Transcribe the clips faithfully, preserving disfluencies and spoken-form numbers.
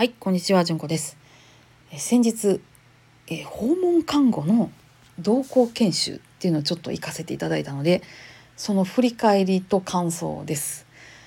はい、こんにちは、じゅんこです。え先日、え訪問看護の同行研修っていうのをちょっと行かせていただいたので、その振り返りと感想です。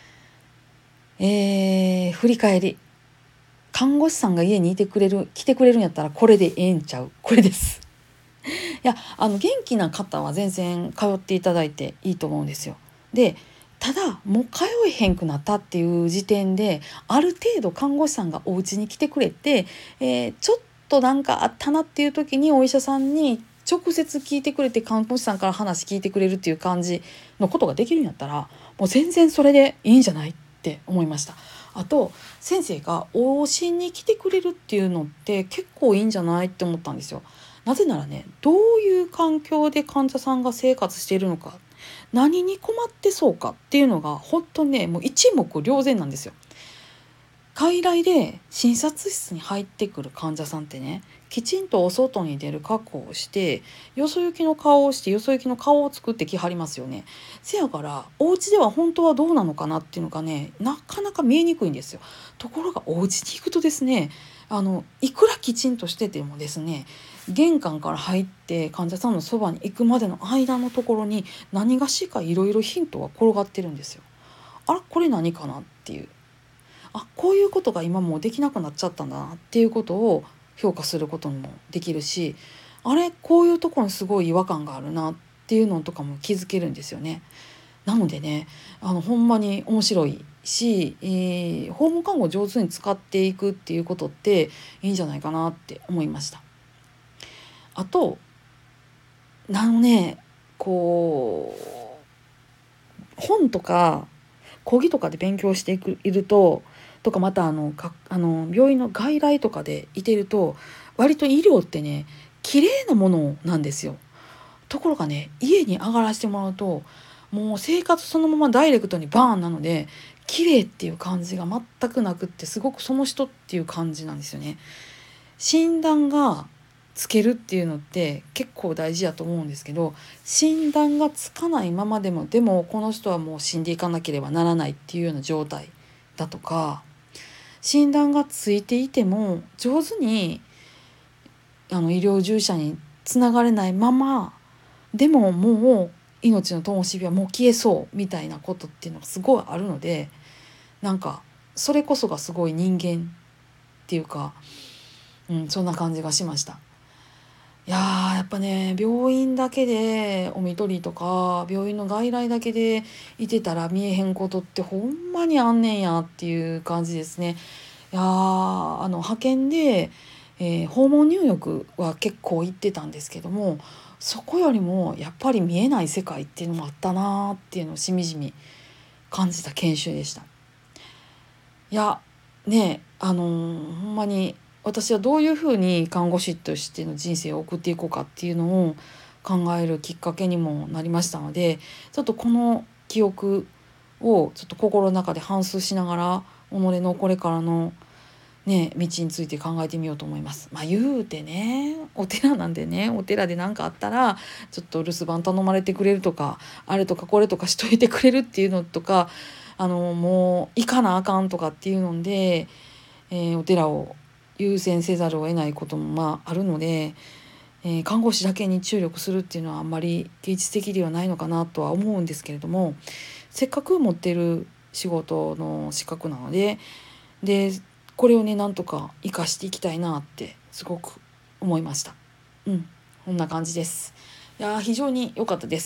えー、振り返り。看護師さんが家にいてくれる、来てくれるんやったらこれでええんちゃう。これです。いや、あの元気な方は全然通っていただいていいと思うんですよ。で、ただもう通えへんくなったっていう時点で、ある程度看護師さんがお家に来てくれて、えーちょっとなんかあったなっていう時にお医者さんに直接聞いてくれて、看護師さんから話聞いてくれるっていう感じのことができるんやったら、もう全然それでいいんじゃないって思いました。あと、先生が往診に来てくれるっていうのって結構いいんじゃないって思ったんですよ。なぜならね、どういう環境で患者さんが生活しているのか、何に困ってそうかっていうのが本当にね、もう一目瞭然なんですよ。外来で診察室に入ってくる患者さんってね、きちんとお外に出る格好をして、よそ行きの顔をして、よそ行きの顔を作ってきはりますよね。せやからお家では本当はどうなのかなっていうのがね、なかなか見えにくいんですよ。ところがお家に行くとですね、あのいくらきちんとしててもですね、玄関から入って患者さんのそばに行くまでの間のところに何がしかいろいろヒントが転がってるんですよ。あら、これ何かなっていう、あ、こういうことが今もうできなくなっちゃったんだなっていうことを評価することもできるし、あれ、こういうところにすごい違和感があるなっていうのとかも気づけるんですよね。なのでね、あのほんまに面白いし、えー訪問看護を上手に使っていくっていうことっていいんじゃないかなって思いました。あと、あのね、こう本とか講義とかで勉強していくいると、とかまたあのかあの病院の外来とかでいてると、割と医療ってね、綺麗なものなんですよ。ところがね、家に上がらせてもらうと、もう生活そのままダイレクトにバーンなので、綺麗っていう感じが全くなくって、すごくその人っていう感じなんですよね。診断がつけるっていうのって結構大事だと思うんですけど、診断がつかないままでもでもこの人はもう死んでいかなければならないっていうような状態だとか、診断がついていても上手にあの医療従事者につながれないまま、でももう命の灯火はもう消えそうみたいなことっていうのがすごいあるので、なんかそれこそがすごい人間っていうか、うん、そんな感じがしました。いやー、やっぱね、病院だけでお看取りとか病院の外来だけでいてたら見えへんことってほんまにあんねんやっていう感じですね。いやー、あの派遣で、えー訪問入浴は結構行ってたんですけども、そこよりもやっぱり見えない世界っていうのもあったなーっていうのをしみじみ感じた研修でした。いや、ね、あのーほんまに私はどういうふうに看護師としての人生を送っていこうかっていうのを考えるきっかけにもなりましたので、ちょっとこの記憶をちょっと心の中で反芻しながら、己のこれからのね、道について考えてみようと思います。まあ言うてね、お寺なんでね、お寺で何かあったらちょっと留守番頼まれてくれるとか、あれとかこれとかしといてくれるっていうのとか、あのもう行かなあかんとかっていうので、えーお寺を優先せざるを得ないこともまああるので、えー看護師だけに注力するっていうのはあんまり芸術的ではないのかなとは思うんですけれども、せっかく持ってる仕事の資格なので、でこれをね、なんとか生かしていきたいなってすごく思いました。うん、こんな感じです。いやー、非常に良かったです。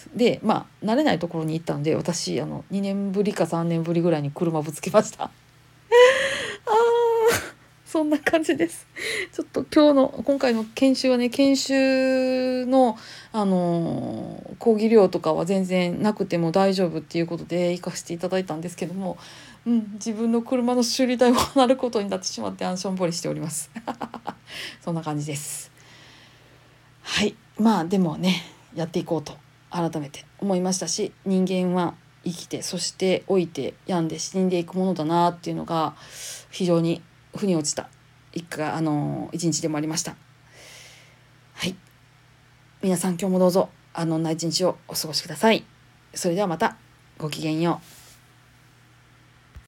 で、まあ慣れないところに行ったので、私あのにねんぶりかさんねんぶりぐらいに車ぶつけました。あー、そんな感じです。ちょっと今日の今回の研修はね、研修のあのー講義料とかは全然なくても大丈夫っていうことで行かせていただいたんですけども、うん、自分の車の修理代を払うことになってしまってしょんぼりしております。そんな感じです。はい、まあでもね、やっていこうと改めて思いましたし、人間は生きて、そして老いて病んで死んでいくものだなっていうのが非常に腑に落ちた一回あの一日でもありました。はい、皆さん今日もどうぞあのな一日をお過ごしください。それではまた、ごきげんよう。